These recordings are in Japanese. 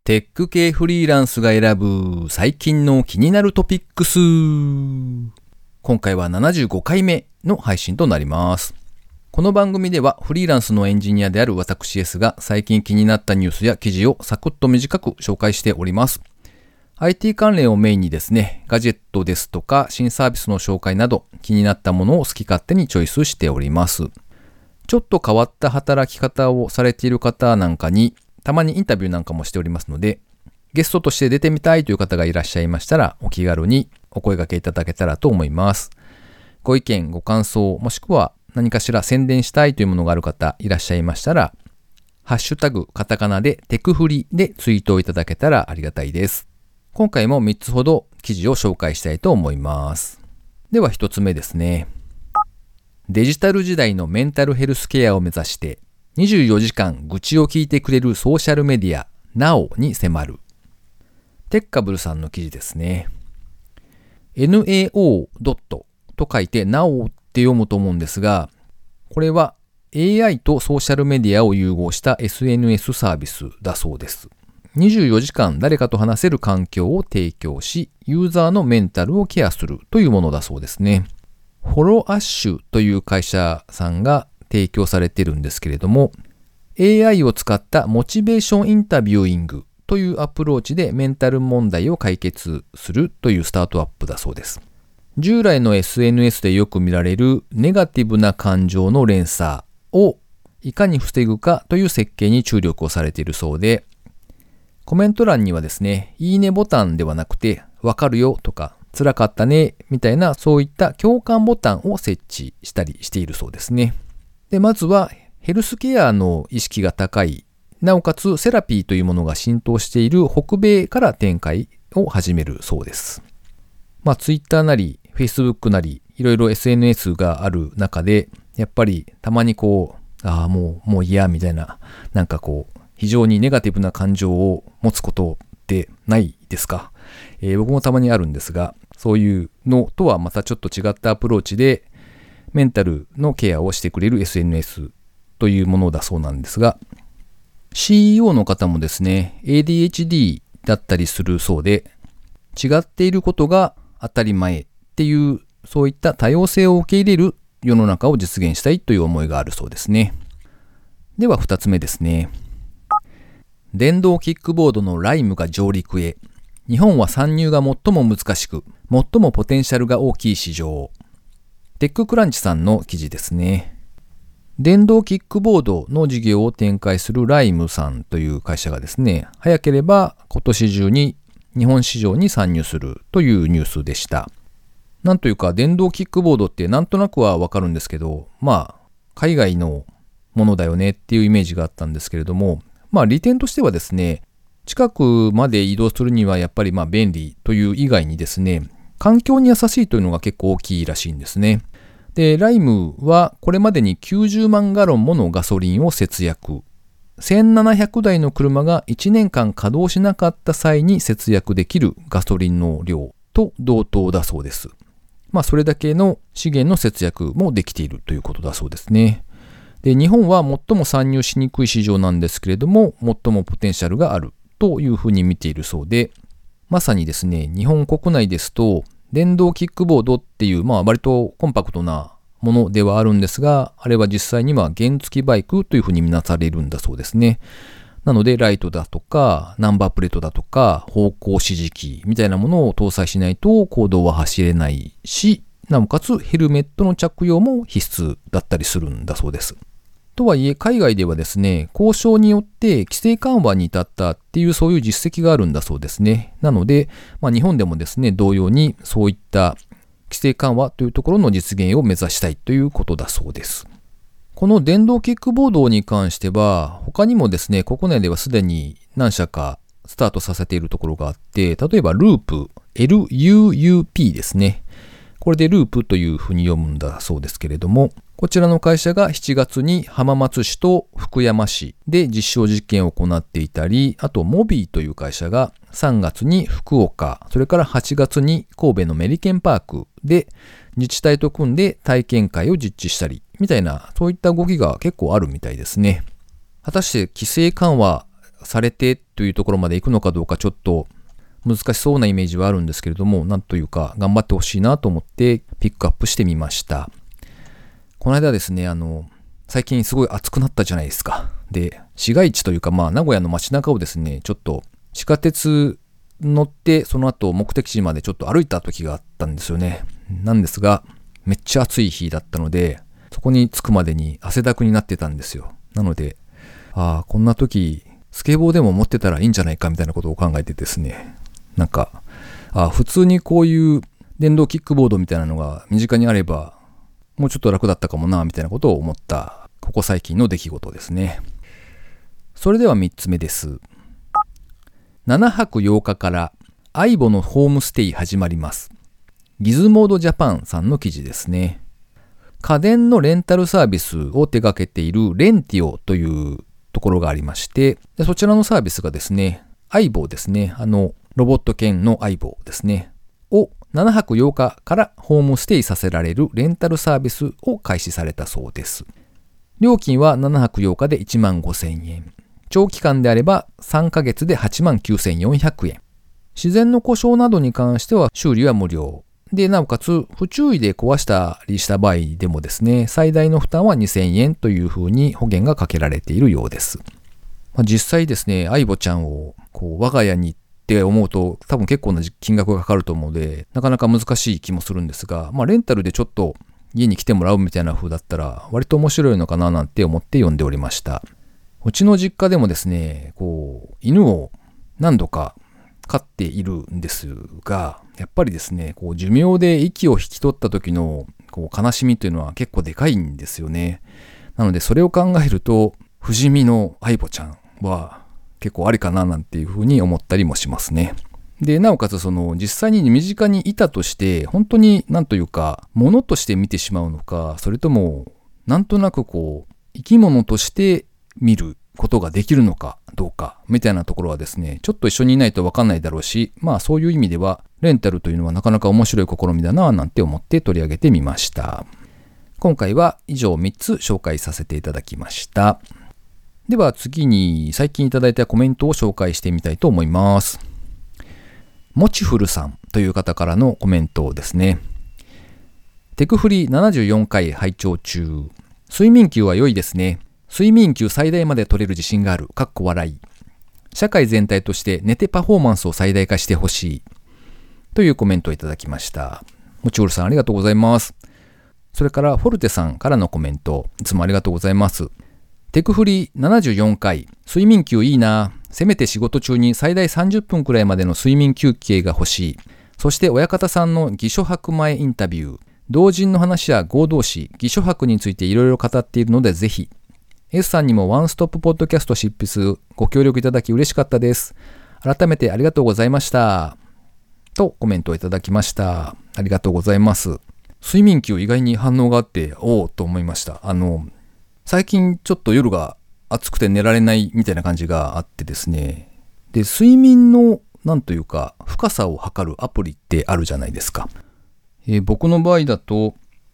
テック系フリーランスが選ぶ最近の気になるトピックス。今回は75回目の配信となります。この番組ではフリーランスのエンジニアである私 S が最近気になったニュースや記事をサクッと短く紹介しております。IT 関連をメインにですね、ガジェットですとか新サービスの紹介など気になったものを好き勝手にチョイスしております。ちょっと変わった働き方をされている方なんかにたまにインタビューなんかもしておりますので、ゲストとして出てみたいという方がいらっしゃいましたらお気軽にお声掛けいただけたらと思います。ご意見、ご感想、もしくは何かしら宣伝したいというものがある方いらっしゃいましたら、ハッシュタグカタカナでテクフリでツイートをいただけたらありがたいです。今回も3つほど記事を紹介したいと思います。では1つ目ですね。デジタル時代のメンタルヘルスケアを目指して24時間愚痴を聞いてくれるソーシャルメディア Now に迫る。テッカブルさんの記事ですね。NAO. と書いて Now って読むと思うんですが、これは AI とソーシャルメディアを融合した SNS サービスだそうです。24時間誰かと話せる環境を提供し、ユーザーのメンタルをケアするというものだそうですね。フォロアッシュという会社さんが提供されているんですけれども、 AI を使ったモチベーションインタビューイングというアプローチでメンタル問題を解決するというスタートアップだそうです。従来の SNS でよく見られるネガティブな感情の連鎖をいかに防ぐかという設計に注力をされているそうで、コメント欄にはですね、いいねボタンではなくて、わかるよとか辛かったねみたいなそういった共感ボタンを設置したりしているそうですね。で、まずはヘルスケアの意識が高い、なおかつセラピーというものが浸透している北米から展開を始めるそうです。Twitter なり Facebook なりいろいろ SNS がある中で、やっぱりたまにもう嫌みたいな、非常にネガティブな感情を持つことってないですか？僕もたまにあるんですが、そういうのとはまたちょっと違ったアプローチでメンタルのケアをしてくれる SNS というものだそうなんですが、 CEO の方もですね ADHD だったりするそうで、違っていることが当たり前っていうそういった多様性を受け入れる世の中を実現したいという思いがあるそうですね。では2つ目ですね。電動キックボードのライムが上陸へ。日本は参入が最も難しく、最もポテンシャルが大きい市場。テッククランチさんの記事ですね。電動キックボードの事業を展開するライムさんという会社がですね、早ければ今年中に日本市場に参入するというニュースでした。なんというか電動キックボードってなんとなくはわかるんですけど、海外のものだよねっていうイメージがあったんですけれども、利点としてはですね、近くまで移動するにはやっぱり便利という以外にですね、環境に優しいというのが結構大きいらしいんですね。で、ライムはこれまでに90万ガロンものガソリンを節約。1700台の車が1年間稼働しなかった際に節約できるガソリンの量と同等だそうです。それだけの資源の節約もできているということだそうですね。で、日本は最も参入しにくい市場なんですけれども、最もポテンシャルがあるというふうに見ているそうで、まさにですね、日本国内ですと、電動キックボードっていう、割とコンパクトなものではあるんですが、あれは実際には原付バイクというふうに見なされるんだそうですね。なので、ライトだとか、ナンバープレートだとか、方向指示器みたいなものを搭載しないと公道は走れないし、なおかつヘルメットの着用も必須だったりするんだそうです。とはいえ、海外ではですね、交渉によって規制緩和に至ったっていうそういう実績があるんだそうですね。なので、日本でもですね、同様にそういった規制緩和というところの実現を目指したいということだそうです。この電動キックボードに関しては、他にもですね、国内ではすでに何社かスタートさせているところがあって、例えばループ、LUUP ですね。これでループというふうに読むんだそうですけれども、こちらの会社が7月に浜松市と福山市で実証実験を行っていたり、あとモビーという会社が3月に福岡、それから8月に神戸のメリケンパークで自治体と組んで体験会を実地したり、みたいなそういった動きが結構あるみたいですね。果たして規制緩和されてというところまで行くのかどうかちょっと難しそうなイメージはあるんですけれども、なんというか頑張ってほしいなと思ってピックアップしてみました。この間ですね、最近すごい暑くなったじゃないですか。で、市街地というか名古屋の街中をですね、ちょっと地下鉄乗ってその後目的地までちょっと歩いた時があったんですよね。なんですが、めっちゃ暑い日だったので、そこに着くまでに汗だくになってたんですよ。なので、こんな時、スケボーでも持ってたらいいんじゃないかみたいなことを考えてですね、なんか、普通にこういう電動キックボードみたいなのが身近にあれば、もうちょっと楽だったかもな、みたいなことを思った、ここ最近の出来事ですね。それでは3つ目です。7泊8日からAIBOのホームステイ始まります。ギズモードジャパンさんの記事ですね。家電のレンタルサービスを手掛けているレンティオというところがありまして、でそちらのサービスがですね、AIBOですね、ロボット犬のAIBOですね、を7泊8日からホームステイさせられるレンタルサービスを開始されたそうです。料金は7泊8日で15,000円。長期間であれば3ヶ月で89,400円。自然の故障などに関しては修理は無料。で、なおかつ不注意で壊したりした場合でもですね、最大の負担は2,000円というふうに保険がかけられているようです。実際ですね、AIBOちゃんを我が家にって思うと多分結構な金額がかかると思うので、なかなか難しい気もするんですが、レンタルでちょっと家に来てもらうみたいな風だったら割と面白いのかななんて思って読んでおりました。うちの実家でもですね、犬を何度か飼っているんですが、やっぱりですね、寿命で息を引き取った時の悲しみというのは結構でかいんですよね。なのでそれを考えると、不死身のAIBOちゃんは結構ありかななんていうふうに思ったりもしますね。で、なおかつ実際に身近にいたとして、本当になんというか、物として見てしまうのか、それともなんとなく生き物として見ることができるのかどうかみたいなところはですね、ちょっと一緒にいないと分かんないだろうし、そういう意味ではレンタルというのはなかなか面白い試みだななんて思って取り上げてみました。今回は以上3つ紹介させていただきました。では次に最近いただいたコメントを紹介してみたいと思います。もちふるさんという方からのコメントですね。テクフリ74回拝聴中。睡眠休は良いですね。睡眠休最大まで取れる自信がある。かっこ笑い。社会全体として寝てパフォーマンスを最大化してほしい。というコメントをいただきました。もちふるさんありがとうございます。それからフォルテさんからのコメント。いつもありがとうございます。テクフリ74回。睡眠休いいな。せめて仕事中に最大30分くらいまでの睡眠休憩が欲しい。そして親方さんの義書博前インタビュー。同人の話や合同誌、義書博についていろいろ語っているのでぜひ。S さんにもワンストップポッドキャスト執筆ご協力いただき嬉しかったです。改めてありがとうございました。とコメントをいただきました。ありがとうございます。睡眠休意外に反応があっておおと思いました。最近ちょっと夜が暑くて寝られないみたいな感じがあってですね。で、睡眠のなんというか深さを測るアプリってあるじゃないですか。僕の場合だと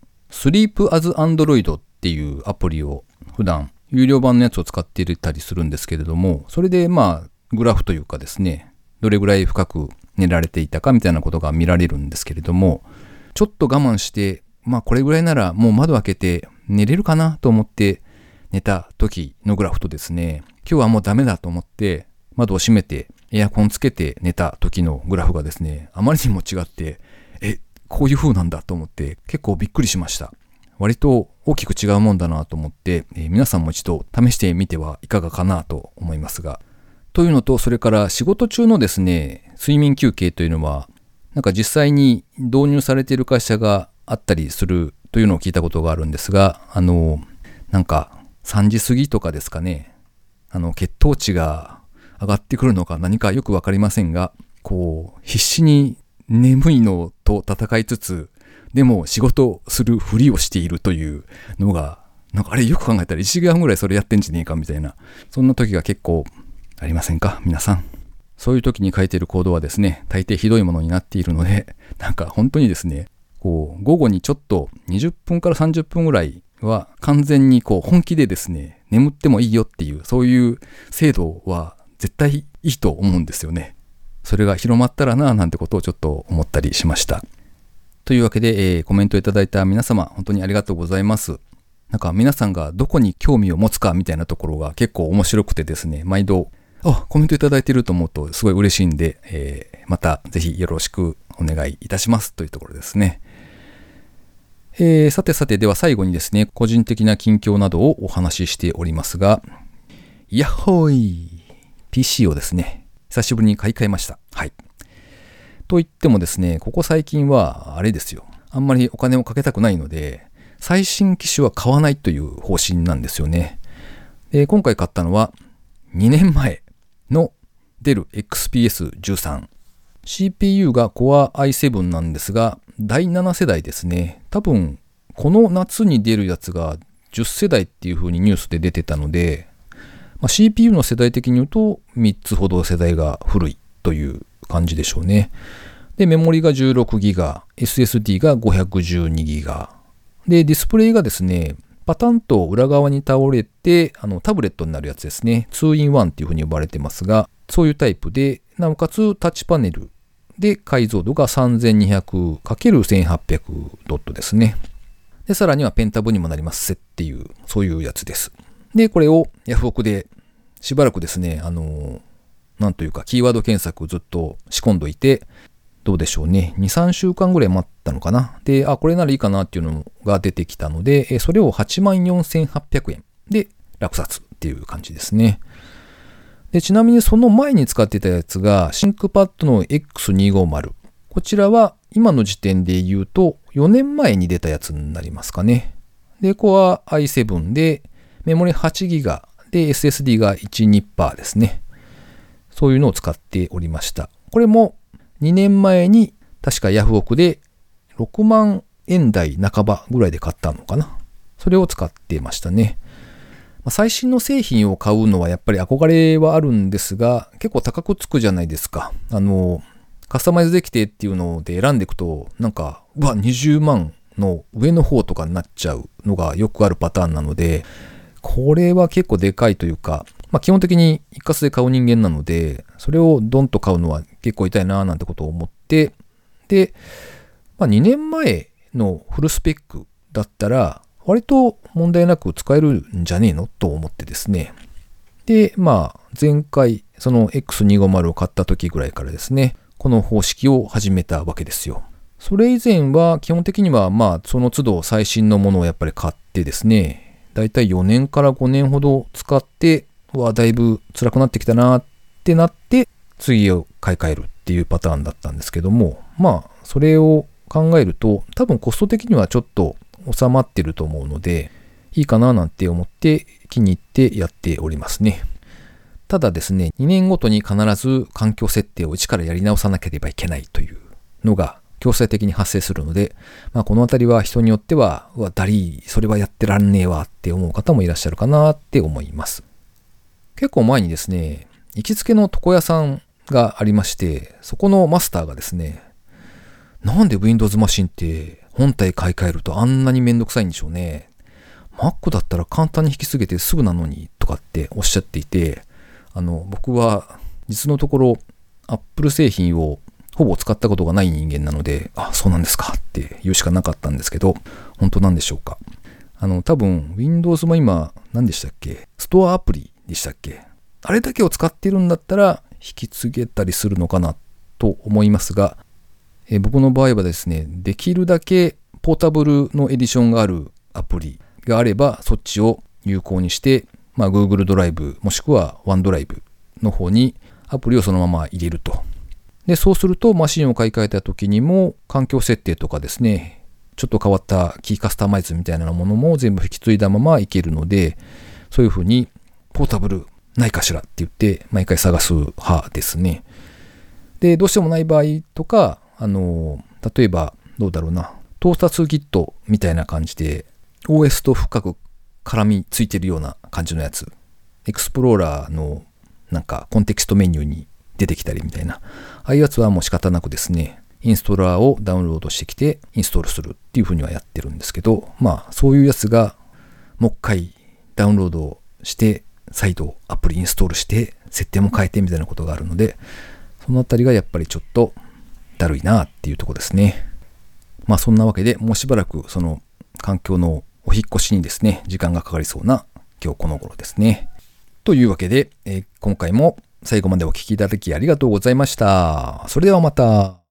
Sleep as Android っていうアプリを普段有料版のやつを使っていたりするんですけれども、それでグラフというかですね、どれぐらい深く寝られていたかみたいなことが見られるんですけれども、ちょっと我慢してこれぐらいならもう窓開けて寝れるかなと思って寝た時のグラフとですね、今日はもうダメだと思って窓を閉めてエアコンつけて寝た時のグラフがですね、あまりにも違って、こういう風なんだと思って結構びっくりしました。割と大きく違うもんだなと思って、皆さんも一度試してみてはいかがかなと思いますが。というのと、それから仕事中のですね、睡眠休憩というのは、実際に導入されている会社があったりするというのを聞いたことがあるんですが、3時過ぎとかですかね、血糖値が上がってくるのか何かよくわかりませんが、必死に眠いのと戦いつつ、でも仕事するふりをしているというのが、あれよく考えたら1時間ぐらいそれやってんじゃねえかみたいな、そんな時が結構ありませんか皆さん。そういう時に書いているコードはですね、大抵ひどいものになっているので、本当にですね、午後にちょっと20分から30分ぐらいは完全に本気でですね、眠ってもいいよっていう、そういう制度は絶対いいと思うんですよね。それが広まったらななんてことをちょっと思ったりしました。というわけで、コメントいただいた皆様本当にありがとうございます。なんか皆さんがどこに興味を持つかみたいなところが結構面白くてですね、毎度コメントいただいていると思うとすごい嬉しいんで、またぜひよろしくお願いいたしますというところですね。さてでは最後にですね、個人的な近況などをお話ししておりますが、やっほーい PC をですね、久しぶりに買い替えました。はい。と言ってもですね、ここ最近はあれですよ。あんまりお金をかけたくないので、最新機種は買わないという方針なんですよね。で、今回買ったのは2年前のデル XPS13。CPU が Core i7 なんですが、第7世代ですね。多分、この夏に出るやつが10世代っていう風にニュースで出てたので、CPU の世代的に言うと3つほど世代が古いという感じでしょうね。で、メモリが 16GB、SSD が 512GB。で、ディスプレイがですね、パタンと裏側に倒れて、タブレットになるやつですね。2-in-1 っていう風に呼ばれてますが、そういうタイプで、なおかつタッチパネルで解像度が 3200×1800 ドットですね。で、さらにはペンタブにもなりますっていう、そういうやつです。で、これをヤフオクでしばらくですね、なんというかキーワード検索ずっと仕込んどいて、どうでしょうね。2、3週間ぐらい待ったのかな。で、これならいいかなっていうのが出てきたので、それを 84,800 円で落札っていう感じですね。で、ちなみにその前に使ってたやつが、シンクパッドの X250。こちらは今の時点で言うと4年前に出たやつになりますかね。で、Core i7 でメモリ 8GB で SSD が 1、2% ですね。そういうのを使っておりました。これも2年前に確かヤフオクで6万円台半ばぐらいで買ったのかな。それを使ってましたね。最新の製品を買うのはやっぱり憧れはあるんですが、結構高くつくじゃないですか。カスタマイズできてっていうので選んでいくと、なんか、20万の上の方とかになっちゃうのがよくあるパターンなので、これは結構でかいというか、基本的に一括で買う人間なので、それをドンと買うのは結構痛いななんてことを思って、で、2年前のフルスペックだったら、割と問題なく使えるんじゃねえのと思ってですね。で、前回、その X250 を買った時ぐらいからですね、この方式を始めたわけですよ。それ以前は基本的にはその都度最新のものをやっぱり買ってですね、だいたい4年から5年ほど使って、だいぶ辛くなってきたなってなって、次を買い替えるっていうパターンだったんですけども、それを考えると、多分コスト的にはちょっと収まってると思うので、いいかななんて思って気に入ってやっておりますね。ただですね、2年ごとに必ず環境設定を一からやり直さなければいけないというのが強制的に発生するので、このあたりは人によっては、ダリー、それはやってらんねえわって思う方もいらっしゃるかなって思います。結構前にですね、行きつけの床屋さんがありまして、そこのマスターがですね、なんで Windows マシンって本体買い替えるとあんなにめんどくさいんでしょうね。Mac だったら簡単に引き継げてすぐなのにとかっておっしゃっていて、僕は実のところ Apple 製品をほぼ使ったことがない人間なので、そうなんですかって言うしかなかったんですけど、本当なんでしょうか。多分 Windows も今何でしたっけ？ストアアプリでしたっけ？あれだけを使ってるんだったら引き継げたりするのかなと思いますが、僕の場合はですね、できるだけポータブルのエディションがあるアプリがあれば、そっちを有効にして、Google ドライブもしくは OneDrive の方にアプリをそのまま入れると。で、そうするとマシンを買い替えた時にも環境設定とかですね、ちょっと変わったキーカスタマイズみたいなものも全部引き継いだままいけるので、そういうふうにポータブルないかしらって言って毎回探す派ですね。で、どうしてもない場合とか、例えばどうだろうな、盗撮キットみたいな感じで OS と深く絡みついてるような感じのやつ、エクスプローラーのなんかコンテキストメニューに出てきたりみたいな、ああいうやつはもう仕方なくですね、インストーラーをダウンロードしてきてインストールするっていう風にはやってるんですけど、そういうやつがもう一回ダウンロードして再度アプリインストールして設定も変えてみたいなことがあるので、そのあたりがやっぱりちょっとだるいなっていうところですね。まあそんなわけでもうしばらくその環境のお引っ越しにですね、時間がかかりそうな今日この頃ですね。というわけで、今回も最後までお聞きいただきありがとうございました。それではまた。